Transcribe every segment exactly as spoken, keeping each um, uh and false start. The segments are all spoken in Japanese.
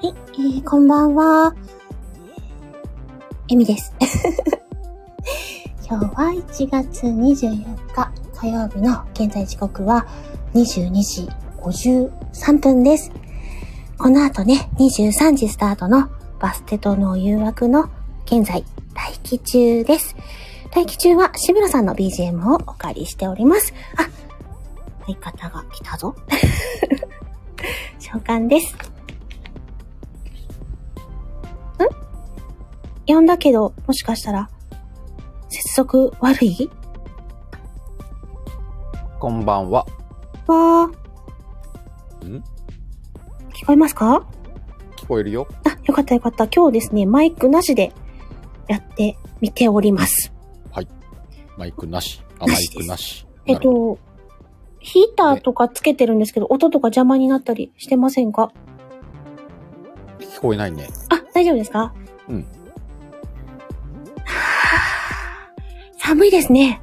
はい、えー、こんばんは。エミです。今日はいちがつにじゅうよっか火曜日の現在時刻はにじゅうにじごじゅうさんぷんです。この後ね、にじゅうさんじスタートのバステとの誘惑の現在待機中です。待機中は志村さんの ビージーエム をお借りしております。あ、相方が来たぞ。召喚です。呼んだけど、もしかしたら、接続悪い？ こんばんは。 わー。ん？ 聞こえますか？ 聞こえるよ。 あ、よかったよかった。今日ですね、マイクなしでやってみております。 はい。マイクなし。あ、マイクなし。 えっと、ヒーターとかつけてるんですけど、音とか邪魔になったりしてませんか？ 聞こえないね。 あ、大丈夫ですか？ うん。 寒いですね。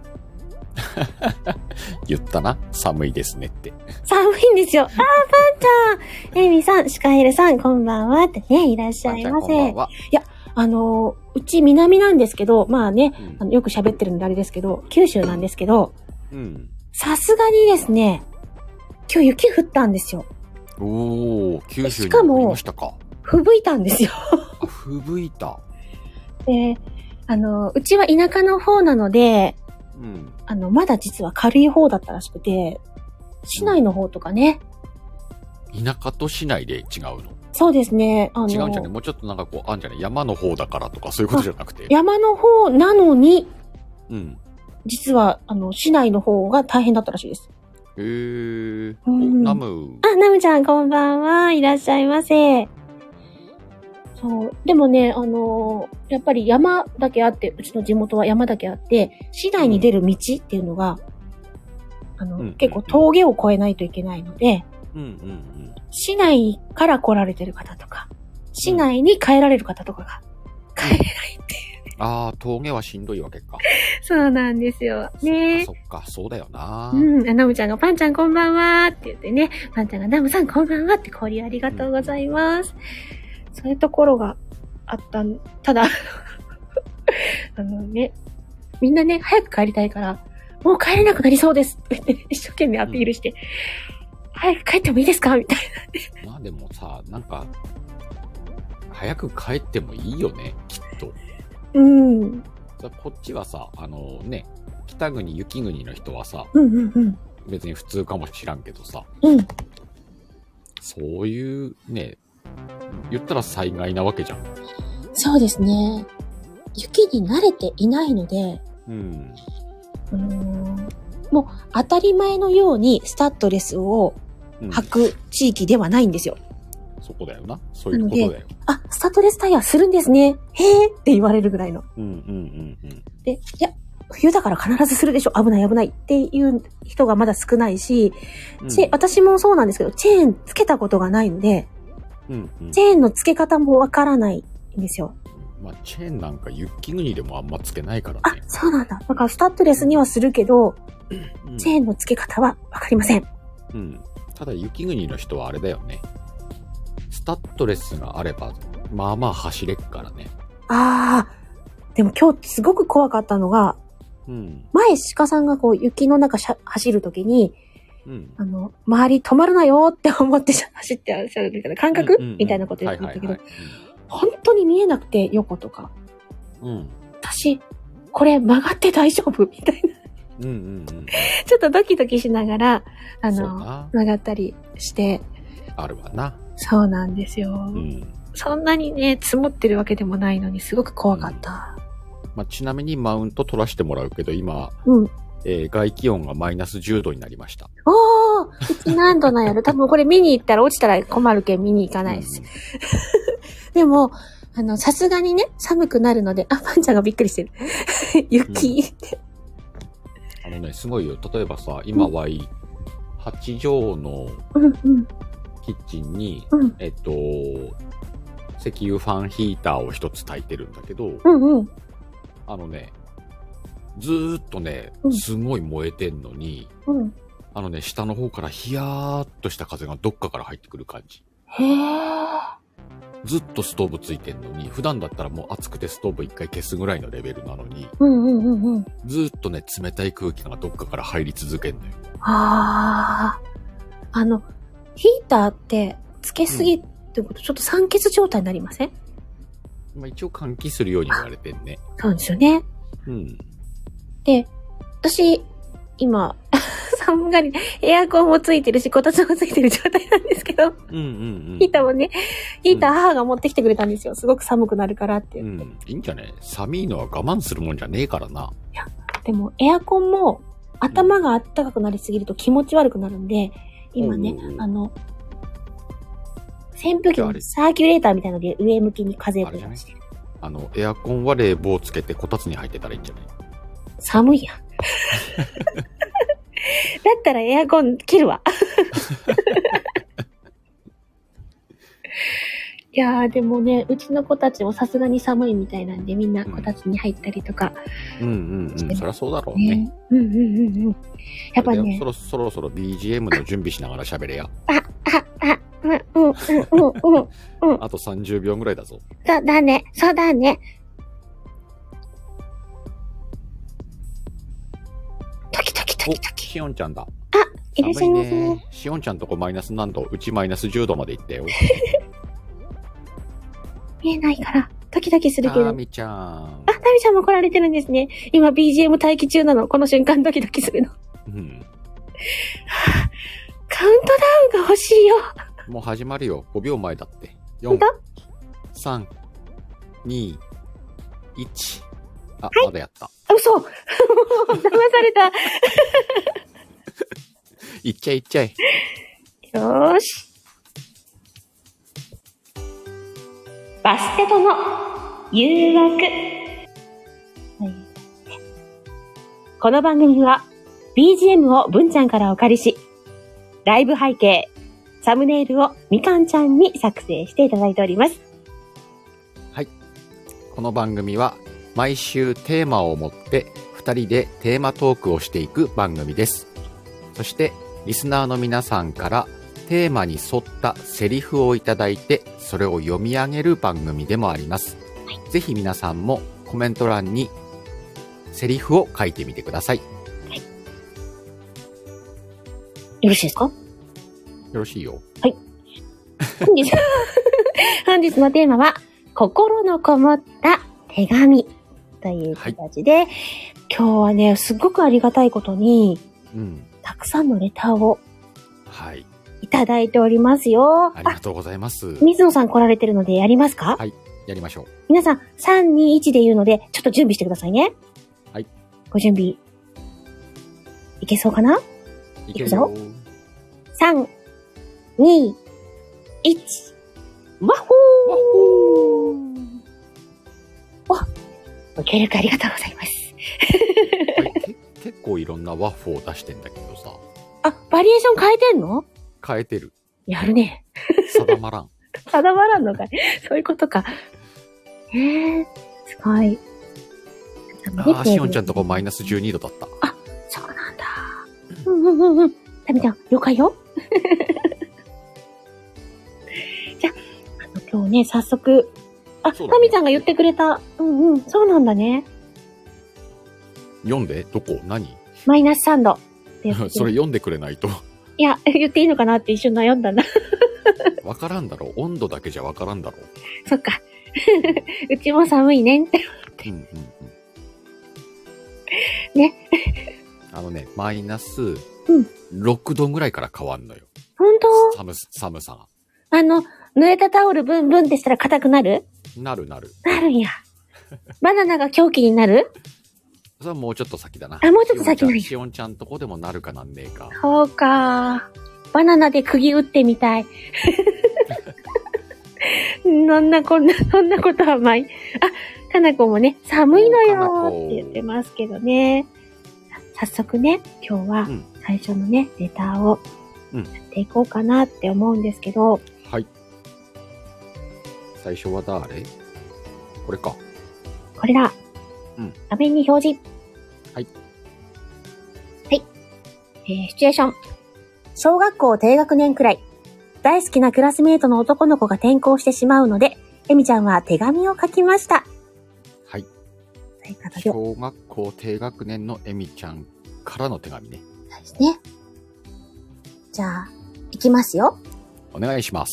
言ったな。寒いですねって。 寒いんですよ。あー、パンちゃん。エミさん、シカエルさん、こんばんはってね、いらっしゃいませ。いや、あの、うち南なんですけど、まあね、うん、あのよく喋ってるんであれですけど、九州なんですけど、さすがにですね、今日雪降ったんですよ。 おー、九州に降りましたか。 吹雪いたんですよ。 あ、吹雪いた。 で、あの、うちは田舎の方なので、うん、あの、まだ実は軽い方だったらしくて、市内の方とかね。 田舎と市内で違うの？ そうですね。 あの、違うんじゃない？もうちょっとなんかこう、あんじゃない山の方だからとかそういうことじゃなくて。 山の方なのに、 うん。 実は、あの、市内の方が大変だったらしいです。 へー。うん、ナム。 あ、ナムちゃんこんばんは。いらっしゃいませ。そう。でもね、あのー、やっぱり山だけあって、うちの地元は山だけあって、市内に出る道っていうのが、うん、あの、うんうんうん、結構峠を越えないといけないので、うんうんうん、市内から来られてる方とか、市内に帰られる方とかが帰れないっていう、ね。 ああ、峠はしんどいわけか。 そうなんですよ。ね。 そっか、そっか、そうだよな。 うん、ナムちゃんがパンちゃんこんばんはって言ってね、パンちゃんがナムさんこんばんはって交流ありがとうございます。うんそういうところがあったん、ただ、あのね、みんなね、早く帰りたいから、もう帰れなくなりそうですって一生懸命アピールして、うん、早く帰ってもいいですかみたいな。まあでもさ、なんか、早く帰ってもいいよね、きっと。 うん。 こっちはさ、あのね、北国、雪国の人はさ、 うんうんうん、 別に普通かもしらんけどさ、 うん、 そういうね、言ったら災害なわけじゃん。 そうですね。雪に慣れていないので、うん、うーんもう当たり前のようにスタッドレスを履く地域ではないんですよ。 うん、そこだよな。そういうことだよ。 あ、スタッドレスタイヤするんですね。へーって言われるぐらいの。 うんうんうんうん、 で、いや、冬だから必ずするでしょ。危ない危ないっていう人がまだ少ないし、うん、チェ私もそうなんですけど、チェーンつけたことがないので、うんうん、チェーンの付け方もわからないんですよ。 まあ、チェーンなんか雪国でもあんま付けないからね。 あ、そうなんだ。だからスタッドレスにはするけど、うん、チェーンの付け方はわかりません。 うん。ただ雪国の人はあれだよね。スタッドレスがあれば、まあまあ走れっからね。 ああ。でも今日すごく怖かったのが、うん、前鹿さんがこう雪の中走るときに、うん、あの、周り止まるなよって思って走ってらっしゃるみたいな感覚、うんうんうん、みたいなこと言ってたけど、本当に見えなくて、横とか。うん、私、これ曲がって大丈夫みたいな。うんうんうん、ちょっとドキドキしながら、あの、曲がったりして。 あるわな。 そうなんですよ、うん。そんなにね、積もってるわけでもないのに、すごく怖かった。 うんまあ、ちなみにマウント取らせてもらうけど、今、うんえー、外気温がマイナスじゅうどになりました。 おーうち何度なんやろ多分これ見に行ったら落ちたら困るけん見に行かないです。うん、でも、あの、さすがにね、寒くなるので、あ、パンちゃんがびっくりしてる。雪って、 うん。あのね、すごいよ。例えばさ、今は、うん、はち畳のキッチンに、うん、えっと、石油ファンヒーターを一つ焚いてるんだけど、 うんうん、 あのね、ずーっとね、すごい燃えてんのに、うん、あのね、下の方からヒヤーっとした風がどっかから入ってくる感じ。 へー。 ずっとストーブついてんのに、普段だったらもう暑くてストーブ一回消すぐらいのレベルなのに、 うんうんうんうん。 ずっとね、冷たい空気がどっかから入り続けんのよ。 ああ。あの、ヒーターってつけすぎってこと、うん、ちょっと酸欠状態になりません？ まあ一応換気するように言われてんね。 そうですよね。 うん。 で、私、今、寒がり、エアコンもついてるし、こたつもついてる状態なんですけど、 うんうんうん。 ヒーターもね、ヒーター母が持ってきてくれたんですよ。すごく寒くなるからって言って。 うん。いいんじゃね？寒いのは我慢するもんじゃねえからな。 いや、でもエアコンも頭が暖かくなりすぎると気持ち悪くなるんで、今ね、 うんうん、 あの、扇風機のサーキュレーターみたいなので上向きに風を出してる。 あの、エアコンは冷房つけてこたつに入ってたらいいんじゃない？ 寒いやん。だったらエアコン切るわ。いやーでもね、うちの子たちもさすがに寒いみたいなんで、みんなこたつに入ったりとか。 うんうんうん。そりゃそうだろうね。 うんうんうんうん。やっぱね。 そろそろそろ ビージーエム の準備しながら喋れや。 あ、あ、あ、うんうんうんうんうん。 あとさんじゅうびょうぐらいだぞ。 そうだね、そうだね。ドキドキドキドキ。 しおんちゃんだ。 あ、いらっしゃいませ。 ね、しおんちゃんとこマイナス何度？うちマイナスじゅうどまで行ったよ。 見えないから、ドキドキするけど。 タミちゃん。 あ、タミちゃんも来られてるんですね。今 ビージーエム 待機中なの。この瞬間ドキドキするの。 うん。 カウントダウンが欲しいよ。 もう始まるよ。ごびょうまえだって。よん、さん、に、いち。あ、はい、まだやった。 嘘騙された。 いっちゃいいっちゃい。 よーし。バステとの誘惑。この番組は ビージーエム を文ちゃんからお借りし、ライブ背景、サムネイルをみかんちゃんに作成していただいております。 はい。この番組は毎週テーマを持ってふたりでテーマトークをしていく番組です。そしてリスナーの皆さんからテーマに沿ったセリフをいただいて、それを読み上げる番組でもあります。はい、ぜひ皆さんもコメント欄にセリフを書いてみてください。はい、よろしいですか？よろしいよ。 はい。本日、本日のテーマは、心のこもった手紙という形で、はい、今日はね、すごくありがたいことに、うん、たくさんのレターを、はい。いただいておりますよ。 ありがとうございます。 水野さん来られてるのでやりますか？ はい。やりましょう。 皆さん、さん、に、いちで言うので、ちょっと準備してくださいね。 はい。 ご準備。いけそうかな？ いけるよ。 さん、に、いち。わっほー！わっ！いけるかありがとうございます。 はい、け結構いろんなワッフを出してんだけどさ。 あ、バリエーション変えてんの？ 変えてる。 やるね。 定まらん。 定まらんのかい。そういうことか。へえ、すごい。 ああ、しおんちゃんとこマイナスじゅうにどだった。 あ、そうなんだ。うんうんうんうん。タミちゃん、了解よ。じゃあ、あの、今日ね、早速。あ、ね、タミちゃんが言ってくれた。うんうん、そうなんだね。 読んで？どこ？何？ マイナスさんど。 それ読んでくれないと。 いや、言っていいのかなって一瞬悩んだんだ。 わからんだろう。温度だけじゃわからんだろう。 そっか。うちも寒いねって思って。うんうんうん。ね。 あのね、マイナスろくどぐらいから変わんのよ。 ほんと？ 寒、寒さが。 あの、濡れたタオルブンブンってしたら硬くなる？ なるなる。 なるんや。バナナが凶器になる？ それはもうちょっと先だな。 あ、もうちょっと先なんや。 しおんちゃんとこでもなるかなんねえか。 そうか。バナナで釘打ってみたい。そんなこんな、そんなことはない。あ、かなこもね、寒いのよって言ってますけどね。早速ね、今日は最初のね、レターをやっていこうかなって思うんですけど。うん、 はい。最初は誰？これか。 これだ。うん。画面に表示。 はい。 はい。えー、シチュエーション。小学校低学年くらい。 大好きなクラスメートの男の子が転校してしまうので、エミちゃんは手紙を書きました。 はい。 ということで。 小学校低学年のエミちゃんからの手紙ね。 そうですね。じゃあ、いきますよ。 お願いします。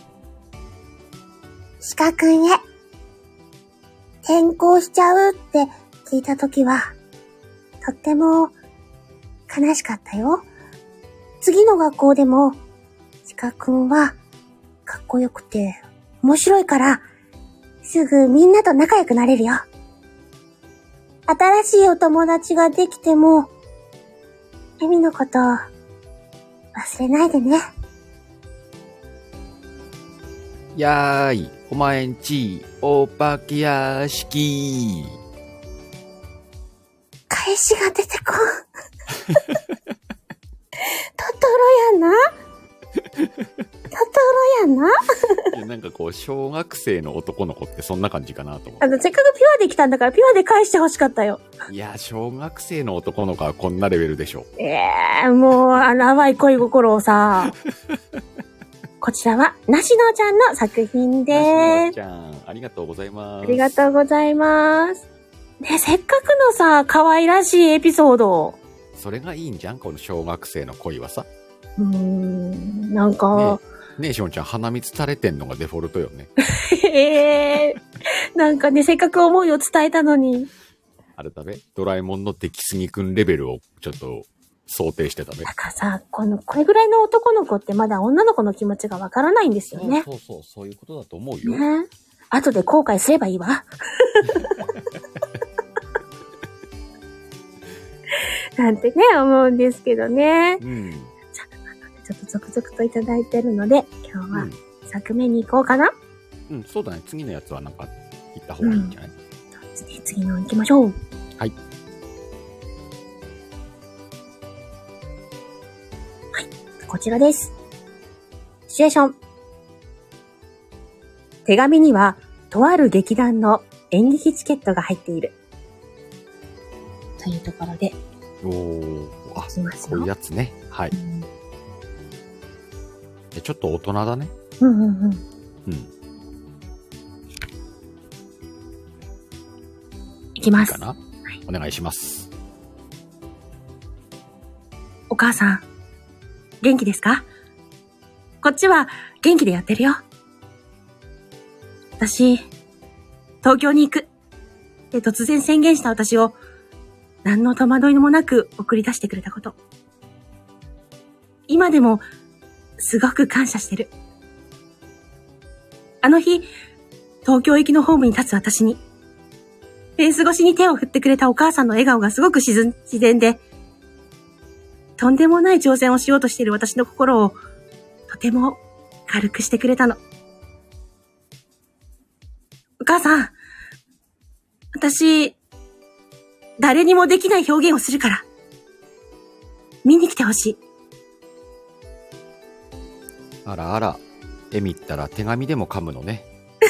シカ君へ。転校しちゃうって聞いたときは、とっても悲しかったよ。次の学校でも、シカ君はかっこよくて面白いから、すぐみんなと仲良くなれるよ。新しいお友達ができても、エミのこと忘れないでね。 やーい、お前んち、お化け屋敷。 返しが出てこん。トトロやな。トトロやな。 いやなんかこう、小学生の男の子ってそんな感じかなと思って。 あの、せっかくピュアで来たんだから、ピュアで返してほしかったよ。 いや、小学生の男の子はこんなレベルでしょ。 ええー、もう、あの、淡い恋心をさ。こちらは、なしのちゃんの作品でーす。なしのちゃん、ありがとうございます。 ありがとうございます。ね、せっかくのさ、可愛らしいエピソード。 それがいいんじゃん、この小学生の恋はさ。 うーん、なんか。 ねえ、ねえしおんちゃん、鼻水垂れてんのがデフォルトよね。 ええー、なんかね、せっかく思いを伝えたのに。 あれだべ、ドラえもんの出来すぎくんレベルをちょっと想定してたべ。 だからさ、この、これぐらいの男の子ってまだ女の子の気持ちがわからないんですよね。 そうそうそう、そういうことだと思うよ。 ね。後で後悔すればいいわ。なんてね、思うんですけどね。 うん。 さあ、ちょっと続々といただいてるので、今日は作目に行こうかな。 うん、うん、そうだね。次のやつはなんか行った方がいいんじゃない？うん、 そうですね。次の行きましょう。 はい。 はい。こちらです。シチュエーション。手紙には、とある劇団の演劇チケットが入っている。というところで。 おー、あ、こういうやつね。はい。うん、え、ちょっと大人だね。 うんうんうん。うん。いきます。 いいかな？はい。お願いします。 お母さん、元気ですか？こっちは元気でやってるよ。私、東京に行く。で、突然宣言した私を、何の戸惑いもなく送り出してくれたこと。今でも、すごく感謝してる。あの日、東京行きのホームに立つ私に、フェンス越しに手を振ってくれたお母さんの笑顔がすごく自然で、とんでもない挑戦をしようとしている私の心を、とても軽くしてくれたの。お母さん、私、誰にもできない表現をするから、見に来てほしい。 あらあら、エミったら手紙でも噛むのね。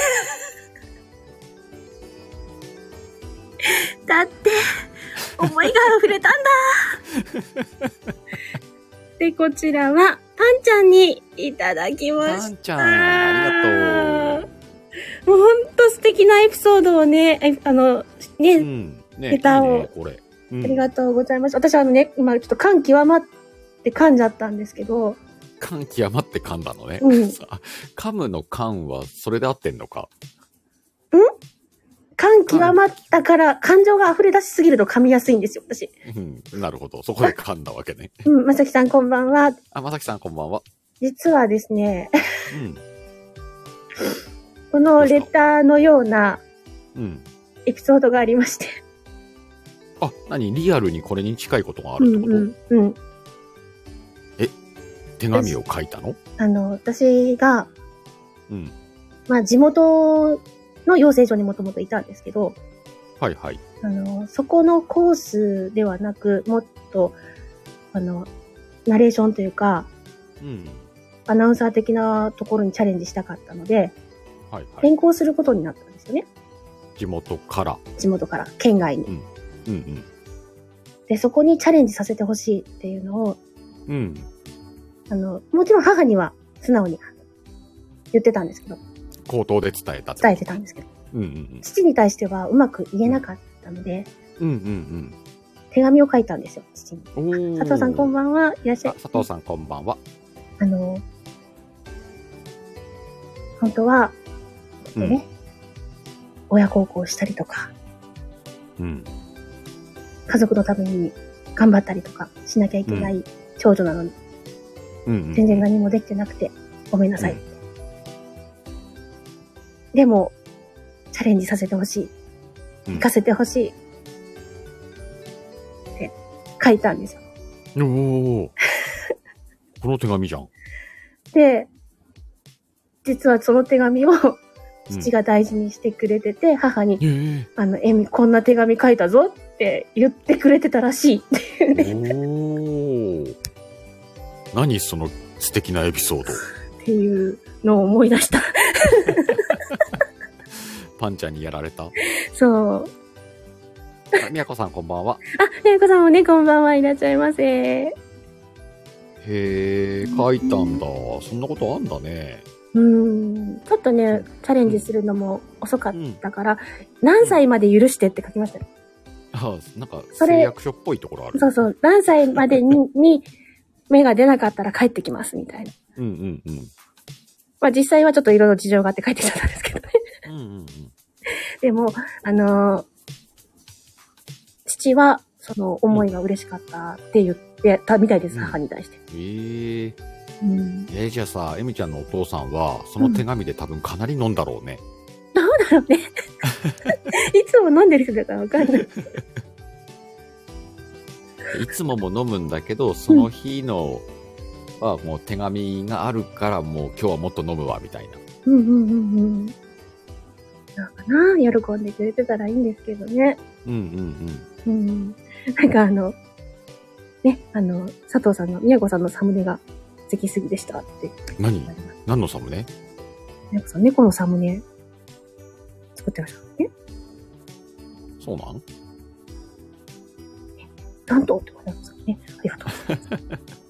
だって、思いが溢れたんだ。で、こちらは、パンちゃんにいただきました。 パンちゃん、ありがとう。 もうほんと素敵なエピソードをね、あの、ね、うん、 ね、 ネタを、 いいね、これ、うん。 ありがとうございます。私あのね、今ちょっと感極まって噛んじゃったんですけど。 感極まって噛んだのね。 うん、 噛むの噛はそれで合ってんのか？ ん？感極まったから、感情が溢れ出しすぎると噛みやすいんですよ、私。 うん、なるほど。そこで噛んだわけね。 うん、まさきさんこんばんは。 あ、まさきさんこんばんは。 実はですね、 うん、 このレターのようなエピソードがありまして。 うん、あ、何？リアルにこれに近いことがあるってこと？ うんうん、うん。 え、手紙を書いたの？ あの、私が、 うん。 まあ、地元の養成所にもともといたんですけど、 はいはい。 あの、そこのコースではなく、もっと、あの、ナレーションというか、 うん。 アナウンサー的なところにチャレンジしたかったので、はいはい。 転校することになったんですよね。 地元から。 地元から、県外に。 うん。うんうん。 で、そこにチャレンジさせてほしいっていうのを、 うん。 あの、もちろん母には素直に言ってたんですけど。 口頭で伝えた。 伝えてたんですけど。 うんうんうん。 父に対してはうまく言えなかったので、 うんうんうん。 手紙を書いたんですよ、父に。 お佐藤さんこんばんは。いらっしゃい。 佐藤さんこんばんは。 あの、本当は、ね、うん、親孝行したりとか、 うん、 家族のために頑張ったりとかしなきゃいけない長女なのに、 うんうんうん、 全然何もできてなくてごめんなさい、うん、でもチャレンジさせてほしい、行かせてほしいって書いたんですよ。 おーこの手紙じゃん。 で、実はその手紙を父が大事にしてくれてて、うん、母に、 えー、 あの、エミこんな手紙書いたぞって言ってくれてたらしいっていうね。 おー。何その素敵なエピソード。 っていうのを思い出した。 パンちゃんにやられた。 そう。 あ、みやこさんこんばんは。 あ、みやこさんもね、こんばんはいらっしゃいませ。 へえ、書いたんだ。そんなことあんだね。 うーん。ちょっとね、チャレンジするのも遅かったから、うん、何歳まで許してって書きましたね。 ああ、なんか、誓約書っぽいところある。 そうそう。何歳までに、に芽が出なかったら帰ってきますみたいな。 うんうんうん。 まあ実際はちょっといろいろ事情があって帰ってきちゃったんですけどね。 うんうんうん。 でも、あのー、父は、その思いが嬉しかったって言ってたみたいです、うん、母に対して。 えーうん、 えー、じゃあさ、エミちゃんのお父さんは、その手紙で多分かなり飲んだろうね。 うん、どうだろうね。いつも飲んでる人だからわかんない。 いつもも飲むんだけど、その日のはもう手紙があるからもう今日はもっと飲むわ、みたいな。 うんうんうんうん。なんかな、喜んでくれてたらいいんですけどね。 うんうんうん。 うん。なんかあの、ね、あの、佐藤さんの、宮子さんのサムネが素敵すぎでしたって。 何何のサムネ？ 宮子さん、猫のサムネ作ってましたね。 そうなん？ なんとってことですね。ありがとうございます。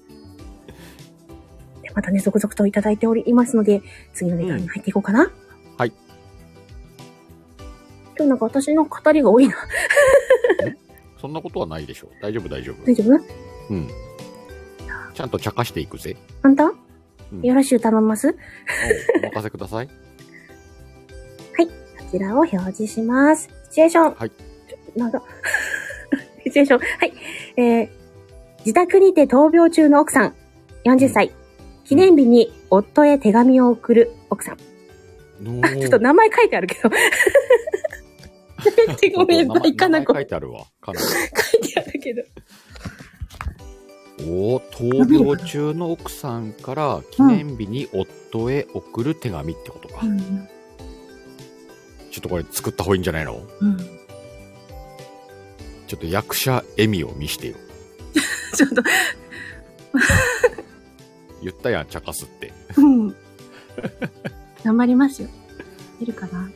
で、またね、続々といただいておりますので、次のネタに入っていこうかな。うん、 はい。 今日なんか私の語りが多いな。 そんなことはないでしょう。大丈夫大丈夫。 大丈夫？ うん。ちゃんと茶化していくぜ。 あんた、うん、よろしゅう頼みます？ お任せください。 はい。こちらを表示します。シチュエーション。 はい。 なんだ。シチュエーション。はい。えー、自宅にて闘病中の奥さん、よんじゅっさい。うん、記念日に夫へ手紙を送る奥さん。あ、ちょっと名前書いてあるけど。ごめんなさい、かなこ。 書いてあるわ。かなこ。 書いてあるけど。 おー、闘病中の奥さんから記念日に夫へ送る手紙ってことか。うん、ちょっとこれ作った方がいいんじゃないの？ うん。 ちょっと役者エミを見してよ。 ちょっと。 言ったやん、茶化すって。 うん。頑張りますよ。いるかな？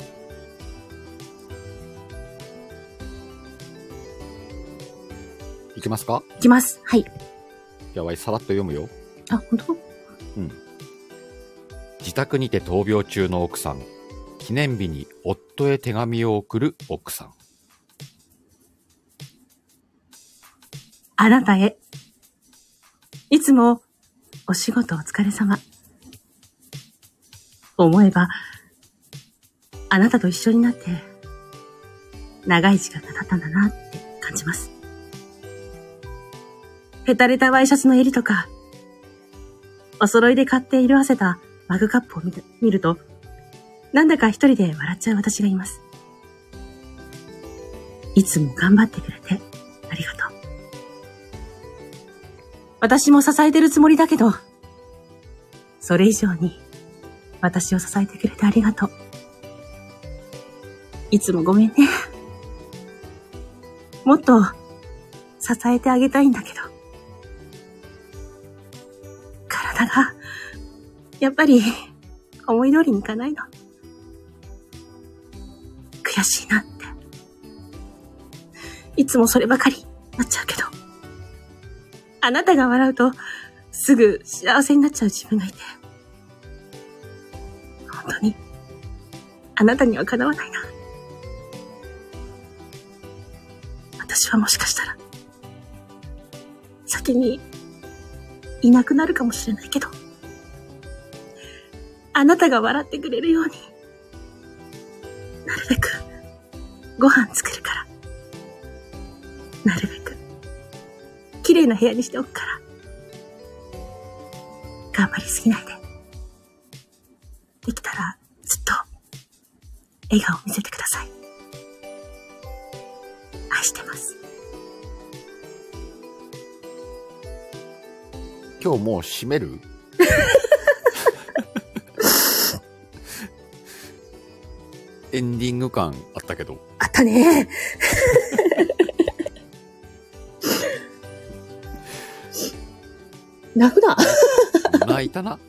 いきますか？ いきます。はい。 じゃあ、わいさらっと読むよ。 あ、本当？ うん。自宅にて闘病中の奥さん。記念日に夫へ手紙を送る奥さん。 あなたへ。いつもお仕事お疲れ様。思えば、あなたと一緒になって長い時間が経ったんだなって感じます。へたれたワイシャツの襟とか、お揃いで買って色あせたマグカップを見る、見ると、なんだか一人で笑っちゃう私がいます。いつも頑張ってくれてありがとう。私も支えてるつもりだけど、それ以上に私を支えてくれてありがとう。いつもごめんね。もっと支えてあげたいんだけど、体がやっぱり思い通りにいかないの。悔しいなって。いつもそればかりなっちゃうけど、あなたが笑うとすぐ幸せになっちゃう自分がいて、 当に、あなたにはかなわないな。私はもしかしたら、先にいなくなるかもしれないけど、あなたが笑ってくれるように、なるべくご飯作るから、なるべく綺麗な部屋にしておくから、頑張りすぎないで。できたらずっと笑顔を見せてください。愛してます。 今日もう閉める？エンディング感あったけど。 あったね。泣くな。 泣いたな。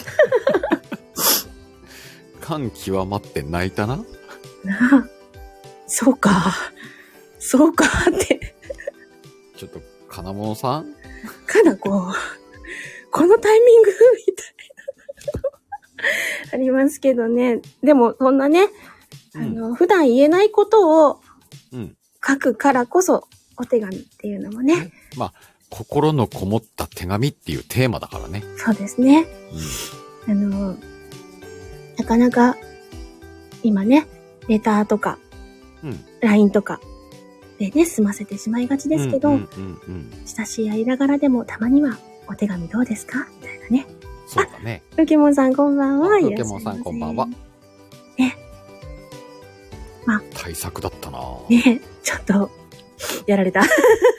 感極まって泣いたな。 なあ、そうか。そうかって。 ちょっと、金物さんかなこ、このタイミングみたいな。ありますけどね。でも、そんなね、あの、うん、普段言えないことを書くからこそ、お手紙っていうのもね。 うん、まあ、心のこもった手紙っていうテーマだからね。 そうですね。うん、あの、なかなか、今ね、レターとか、うん、ライン とかでね、済ませてしまいがちですけど、うんうんうんうん、親しい間柄でもたまにはお手紙どうですかみたいなね。 そうだね。 ウケモンさんこんばんは。 ウケモンさんこんばんは。 ね。 まあ。対策だったなね、ちょっと、やられた。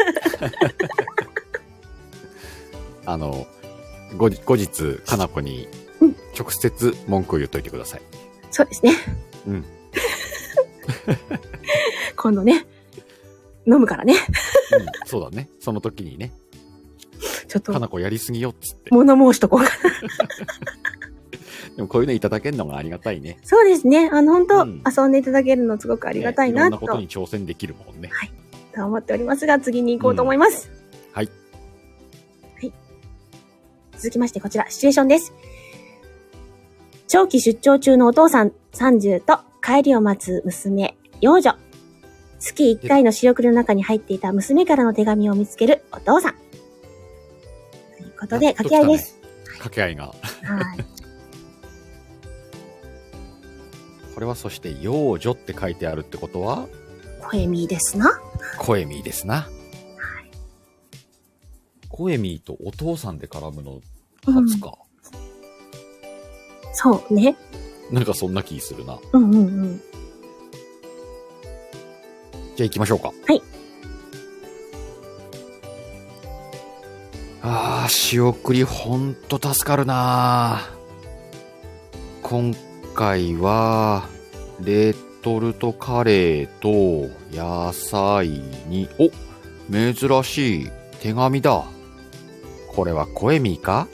あの、後日、かなこに、直接文句を言っといてください。 そうですね。 うん。 今度ね、飲むからね。 うん、そうだね。その時にね。 ちょっと。 かなこやりすぎよっつって。 物申しとこうかな。 でもこういうのいただけるのがありがたいね。 そうですね。あの、本当、うん、遊んでいただけるのすごくありがたいなと、ね。いろんなことに挑戦できるもんね。 はい。と思っておりますが、次に行こうと思います。うん、 はい。 はい。続きまして、こちら、シチュエーションです。長期出張中のお父さんさんじゅうと帰りを待つ娘、幼女。月いっかいの仕送りの中に入っていた娘からの手紙を見つけるお父さん。ということで、掛け合いです。 掛け合いが。はい。これはそして、幼女って書いてあるってことはコエミーですな。 コエミーですな。はい。コエミーとお父さんで絡むの初か。 うん、そうね。 なんかそんな気するな。 うんうんうん。 じゃあ行きましょうか。 はい。 ああ、仕送りほんと助かるな。今回は、レトルトカレーと野菜に、お、珍しい手紙だ。これはコエミーか？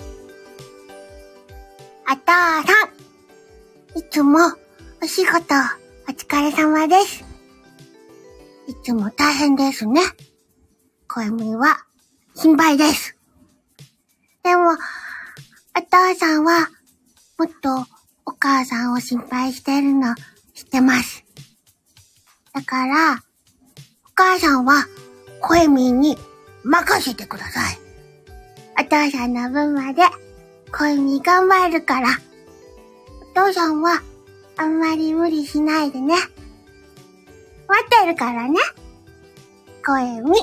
お父さん、いつもお仕事お疲れ様です。いつも大変ですね。コエミーは心配です。でも、お父さんはもっとお母さんを心配してるの知ってます。だから、お母さんはコエミーに任せてください。お父さんの分までコエミー頑張るから。お父さんはあんまり無理しないでね。待ってるからね。コエミ。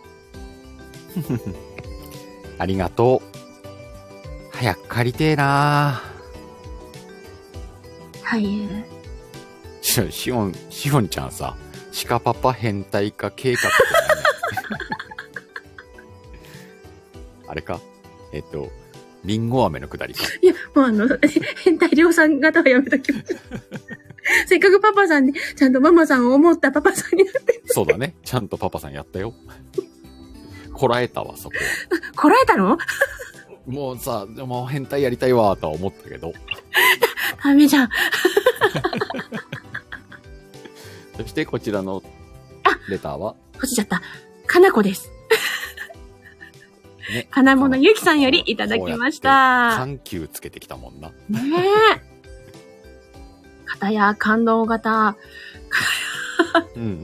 ありがとう。早く借りてえなぁ。はい。 し、しおん、しおんちゃんさ、シカパパ変態化計画って何？あれかえっと、リンゴ飴のくだりか。 いや、もうあの、変態量産型はやめときます。せっかくパパさんに、ちゃんとママさんを思ったパパさんになってる。 そうだね。ちゃんとパパさんやったよ。こらえたわ、そこは。 こらえたの？ もうさ、でも変態やりたいわ、とは思ったけど。 ダメじゃん。 そしてこちらのレターは落ちちゃった。かなこです。ね。金物ゆきさんよりいただきました。 緩急つけてきたもんな。 ねえ。 片や感動型。 うんうんうん。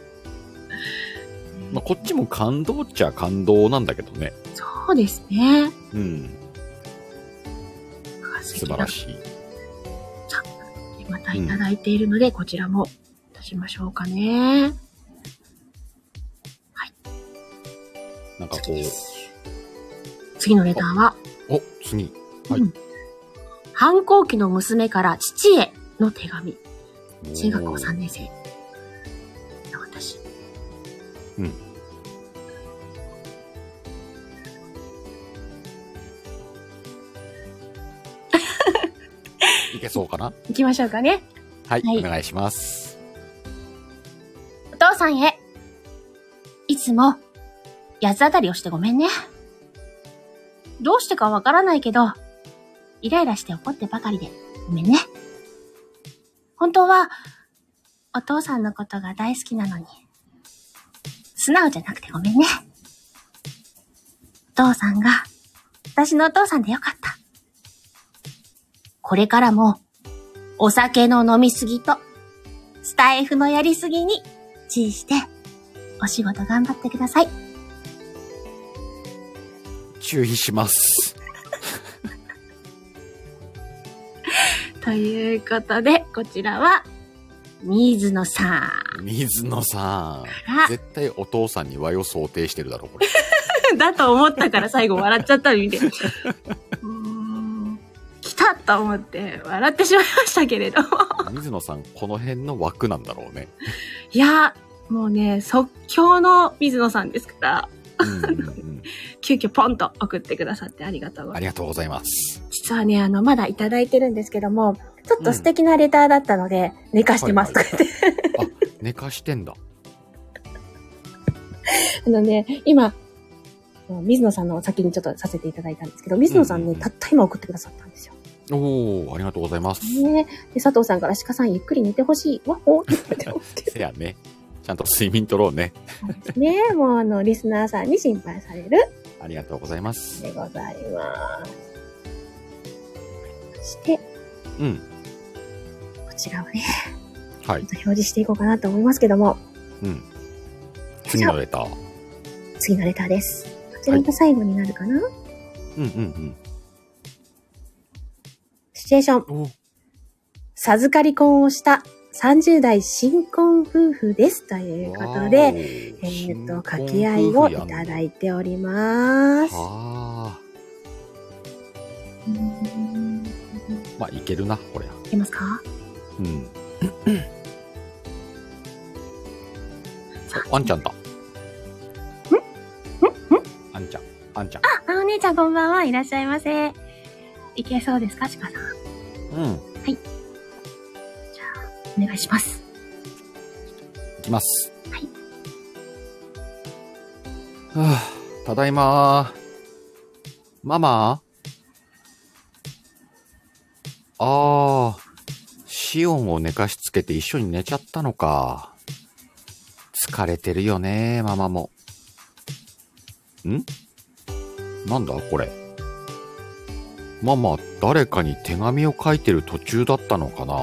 まあ、こっちも感動っちゃ感動なんだけどね。 そうですね。 うん。素晴らしい。 さあ、またいただいているので、うん、こちらも出しましょうかね。はい。 なんかこう。 次のレターは。 お、次。はい。 うん、反抗期の娘から父への手紙。中学校さんねん生。私。 うん。いけそうかな？ 行きましょうかね。 はい、はい、お願いします。 お父さんへ。いつも、八つ当たりをしてごめんね。どうしてかわからないけど、イライラして怒ってばかりで、ごめんね。本当は、お父さんのことが大好きなのに、素直じゃなくてごめんね。お父さんが、私のお父さんでよかった。これからも、お酒の飲みすぎと、スタイフのやりすぎに注意して、お仕事頑張ってください。 注意します。 ということで、こちらは、水野さん。 水野さん。絶対お父さんに和を想定してるだろ、これ。 だと思ったから最後笑っちゃったの見て。来たと思って笑ってしまいましたけれども。 水野さん、この辺の枠なんだろうね。 いや、もうね、即興の水野さんですから。うんうんうん、急遽ポンと送ってくださってありがとうございます。 ありがとうございます。 実はね、あの、まだいただいてるんですけども、ちょっと素敵なレターだったので、うん、寝かしてますとか言って。 あ、寝かしてんだ。 あのね、今、水野さんの先にちょっとさせていただいたんですけど、水野さんね、うんうんうん、たった今送ってくださったんですよ。 おー、ありがとうございます。 ね、で佐藤さんから鹿さんゆっくり寝てほしい。わほーって言われてますけど。 せやね。ちゃんと睡眠取ろうね。 ね、もうあの、リスナーさんに心配される。 ありがとうございます。 でございます。そして、 うん。 こちらをね、 はい。 表示していこうかなと思いますけども。 うん。次のレター。 次のレターです。こちらが最後になるかな、はい、 うんうんうん。 シチュエーション。授かり婚をしたさんじゅう代新婚夫婦です。ということで、えー、っと、掛け合いをいただいております。 はー。まあ、いけるな、これ。いけますか？ うん。あんちゃんだ。ん？ん？ん？あんちゃん。あんちゃん。 あ、あお姉ちゃんこんばんは。いらっしゃいませ。いけそうですか、鹿さん。 うん。 はい。じゃあ、お願いします。 いきます。 はい。 はぁ、ただいまー。ママ？あー、シオンを寝かしつけて一緒に寝ちゃったのか。疲れてるよね、ママも。ん？なんだこれ。ママ、誰かに手紙を書いてる途中だったのかな。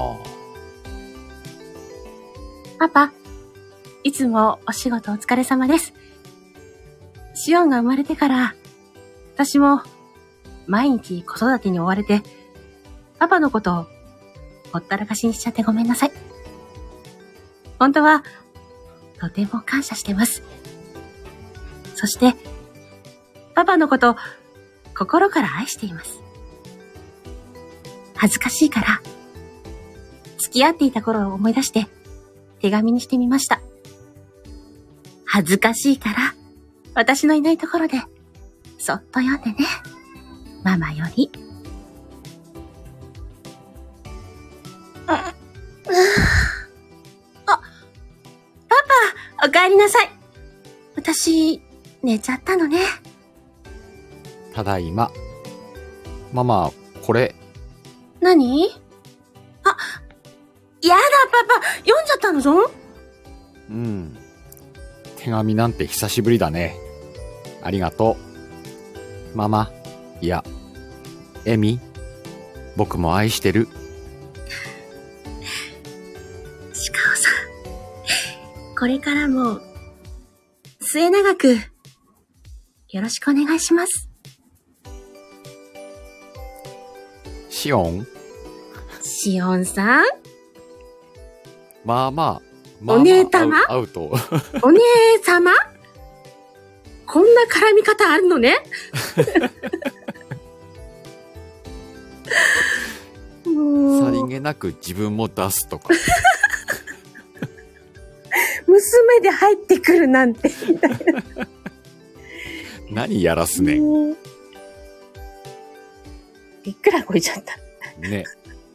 パパ、いつもお仕事お疲れ様です。シオンが生まれてから、私も毎日子育てに追われて、パパのことをほったらかしにしちゃってごめんなさい。本当は、とても感謝してます。そして、パパのこと、心から愛しています。恥ずかしいから、付き合っていた頃を思い出して、手紙にしてみました。恥ずかしいから、私のいないところで、そっと読んでね。ママより。あ、パパ、お帰りなさい。私、寝ちゃったのね。 ただいま。ママ、これ。 何？あ、やだパパ、読んじゃったのぞ。 うん。手紙なんて久しぶりだね。ありがとう。ママ、いや、エミ、僕も愛してる。 これからも、末永く、よろしくお願いします。 シオンシオンさんまあまあ、まあまあ、 お姉様アウト。 お姉様こんな絡み方あるのねさりげなく自分も出すとか。 娘で入ってくるなんて、みたいな。 何やらすねん。 びっくらこいちゃった。 ね。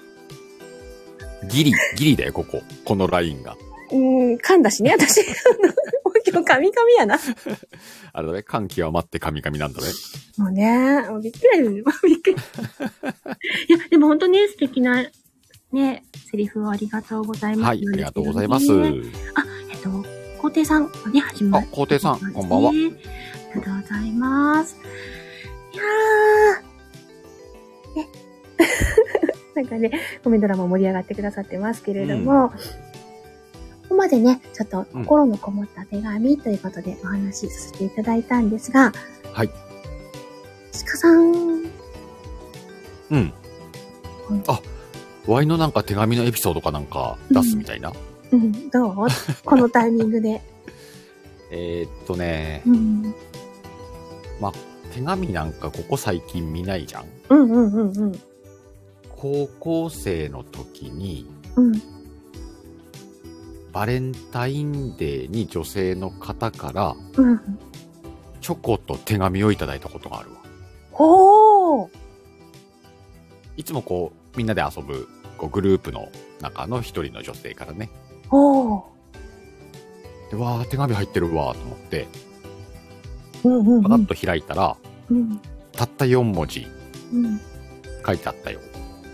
ギリ、ギリだよ、ここ。このラインが。 うーん、噛んだしね、私。今日カミカミやな。 あれだね、感極まってカミカミなんだね。 もうね、もうびっくりびっくり。いや、でも本当に素敵な、ね、セリフをありがとうございます。 はい、ありがとうございます。 あ、えっと、皇帝さんがね、始まあ、皇帝さん、こんばんは。 ありがとうございます。いやー、ね。なんかね、コメント欄も盛り上がってくださってますけれども、うん、ここまでね、ちょっと心のこもった手紙ということでお話しさせていただいたんですが、 はい。 鹿さん。 うん。あ、ワイのなんか手紙のエピソードかなんか出すみたいな。 うん、うん、どうこのタイミングで。 えーっとね、 うん、 まあ、手紙なんかここ最近見ないじゃん。 うんうんうんうん。 高校生の時に、 うん、 バレンタインデーに女性の方から、 うん、 チョコと手紙をいただいたことがあるわ。 ほー。 いつもこう、みんなで遊ぶこうグループの中の一人の女性からね。 ほー。 で、わー、手紙入ってるわーと思って、 うんうんうん、 パカッと開いたら、 うん、 たったよんもじ、 うん、 書いてあったよ。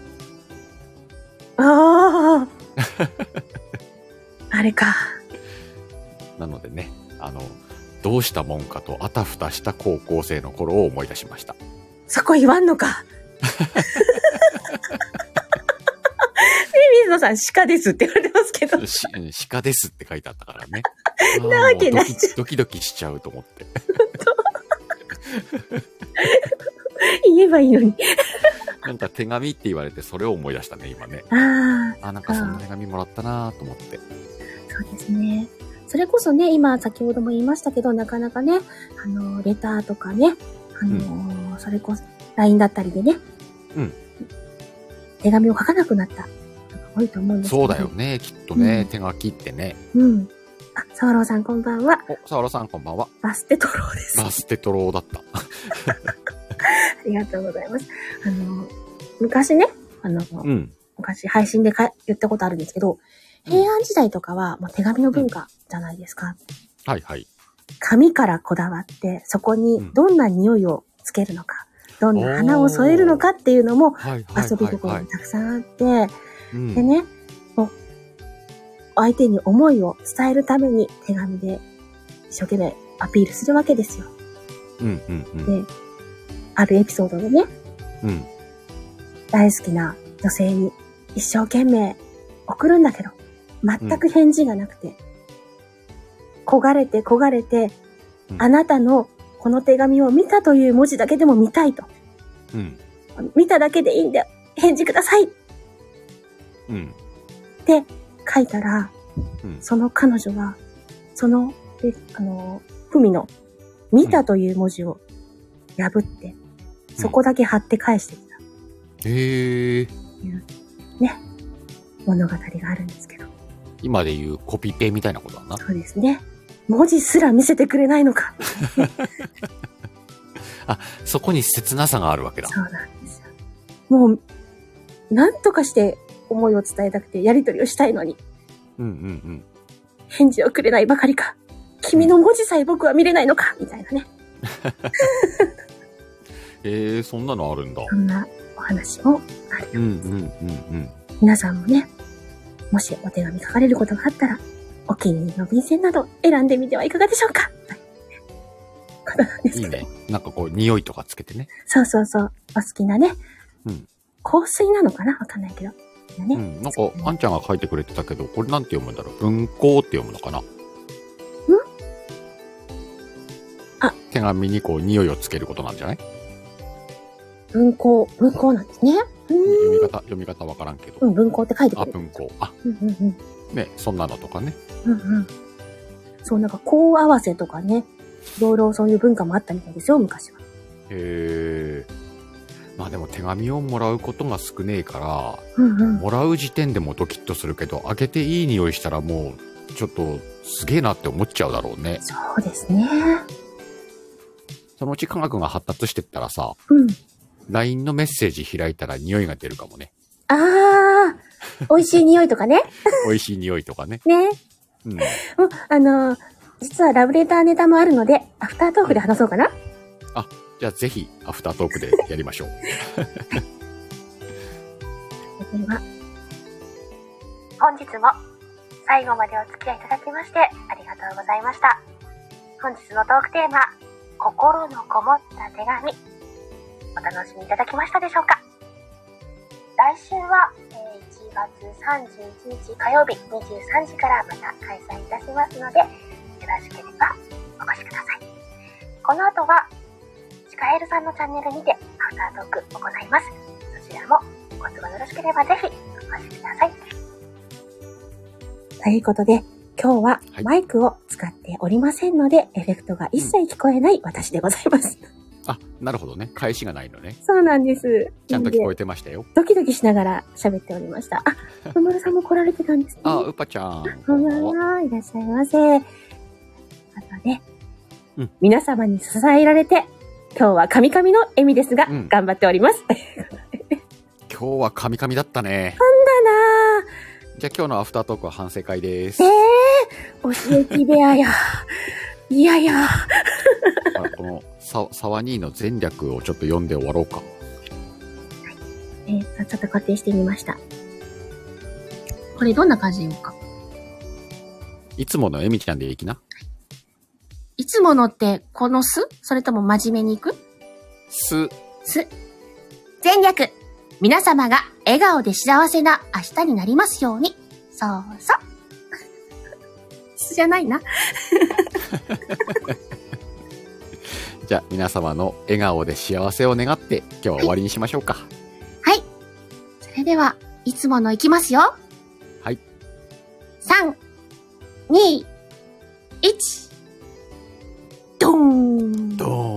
ああ。あれか。 なのでね、あの、どうしたもんかとあたふたした高校生の頃を思い出しました。 そこ言わんのか。水野さん、鹿ですって言われてますけど。 し鹿ですって書いてあったからね。 なわけないじゃん。 ドキドキしちゃうと思って。 言えばいいのに。 なんか手紙って言われてそれを思い出したね、今ね。 ああ。 あ、なんかそんな手紙もらったなと思って。 そうですね。それこそね、今先ほども言いましたけど、なかなかね、あの、レターとかね、あの、うん、それこそ ライン だったりでね、 うん。 手紙を書かなくなった人が多いと思うんですけど。 そうだよね、きっとね、うん、手書きってね。 うん。あ、サワローさんこんばんは。 お、サワローさんこんばんは。 バステトローです。 バステトローだった。 ありがとうございます。あの、昔ね、あの、 うん、 昔配信でか言ったことあるんですけど、平安時代とかはもう手紙の文化じゃないですか。 うん、はいはい。 紙からこだわって、そこにどんな匂いをつけるのか、どんな花を添えるのかっていうのも遊び心がたくさんあって、でね、もう相手に思いを伝えるために手紙で一生懸命アピールするわけですよ。 うんうんうん、 で、あるエピソードでね、 うん、 大好きな女性に一生懸命送るんだけど、全く返事がなくて、うん、焦がれて焦がれて、うん、あなたのこの手紙を見たという文字だけでも見たいと。 うん、 見ただけでいいんで返事ください、 うん、 って書いたら、 うん、 その彼女は、その、であの、ふみの見たという文字を破って、うん、そこだけ貼って返してきた。 へー。 ね、物語があるんですけど。 今で言うコピペみたいなことだな。 そうですね。文字すら見せてくれないのか。 あ、そこに切なさがあるわけだ。 そうなんですよ。もう、なんとかして思いを伝えたくてやり取りをしたいのに。 うんうんうん。 返事をくれないばかりか。君の文字さえ僕は見れないのかみたいなね。 えー、そんなのあるんだ。 そんなお話もある。 うんうんうんうん。 皆さんもね、もしお手紙書かれることがあったら、お気に入りの便箋など選んでみてはいかがでしょうか。ことなんですけど。いいね。なんかこう、匂いとかつけてね。 そうそうそう。お好きなね。 うん。 香水なのかなわかんないけど。 ね、うん。なんか、あんちゃんが書いてくれてたけど、これなんて読むんだろう。文香って読むのかな。 手紙にこう匂いをつけることなんじゃない？ 文庫、文庫なんですね。 読み方、読み方わからんけど。 うん、文庫って書いてくあ、 る。 文庫。あ、 うんうんうん。 ね、そんなのとかね。 うんうん。そう、なんか、項合わせとかね。いろいろそういう文化もあったみたいですよ、昔は。 へえ。まあでも手紙をもらうことが少ねえから、 うんうん。 もらう時点でもドキッとするけど、開けていい匂いしたらもう、ちょっと、すげえなって思っちゃうだろうね。 そうですね。 そのうち科学が発達してったらさ、 うん。 ライン のメッセージ開いたら匂いが出るかもね。 あー、美味しい匂いとかね。 美味しい匂いとかね。 ね。 うん。 もう、あのー、実はラブレターネタもあるので、アフタートークで話そうかな。 あ、じゃあぜひ、アフタートークでやりましょう。 では、本日も最後までお付き合いいただきましてありがとうございました。本日のトークテーマ、心のこもった手紙。お楽しみいただきましたでしょうか？来週は、えー、いちがつさんじゅういちにち火曜日にじゅうさんじからまた開催いたしますので、よろしければお越しください。この後は、シカエルさんのチャンネルにてアフタートーク行います。そちらもご都合よろしければぜひお越しください。ということで、今日はマイクを使っておりませんので、はい、エフェクトが一切聞こえない私でございます。 あ、なるほどね。返しがないのね。 そうなんです。 ちゃんと聞こえてましたよ。 ドキドキしながら喋っておりました。あ、ともるさんも来られてたんですね。 あ、うぱちゃん。 こんばんは。いらっしゃいませ。あとね、うん、皆様に支えられて、今日はカミカミのエミですが、うん、頑張っております。 今日はカミカミだったね。 なんだなぁ。 じゃあ今日のアフタートークは反省会です。 えー、教えき部屋や。いやいや。 このサ、サワニーの前略をちょっと読んで終わろうか。はい。 えー、ちょっと固定してみました。これどんな感じで言おうか。 いつものエミちゃんでいきな。 いつものってこのす？それとも真面目にいく？ す。 す。前略。皆様が笑顔で幸せな明日になりますように。そうそう。すじゃないな。 じゃあ皆様の笑顔で幸せを願って今日は終わりにしましょうか。 はい。それでは、いつものいきますよ。 はい。 さん、に、いち、ドーン。 ドーン。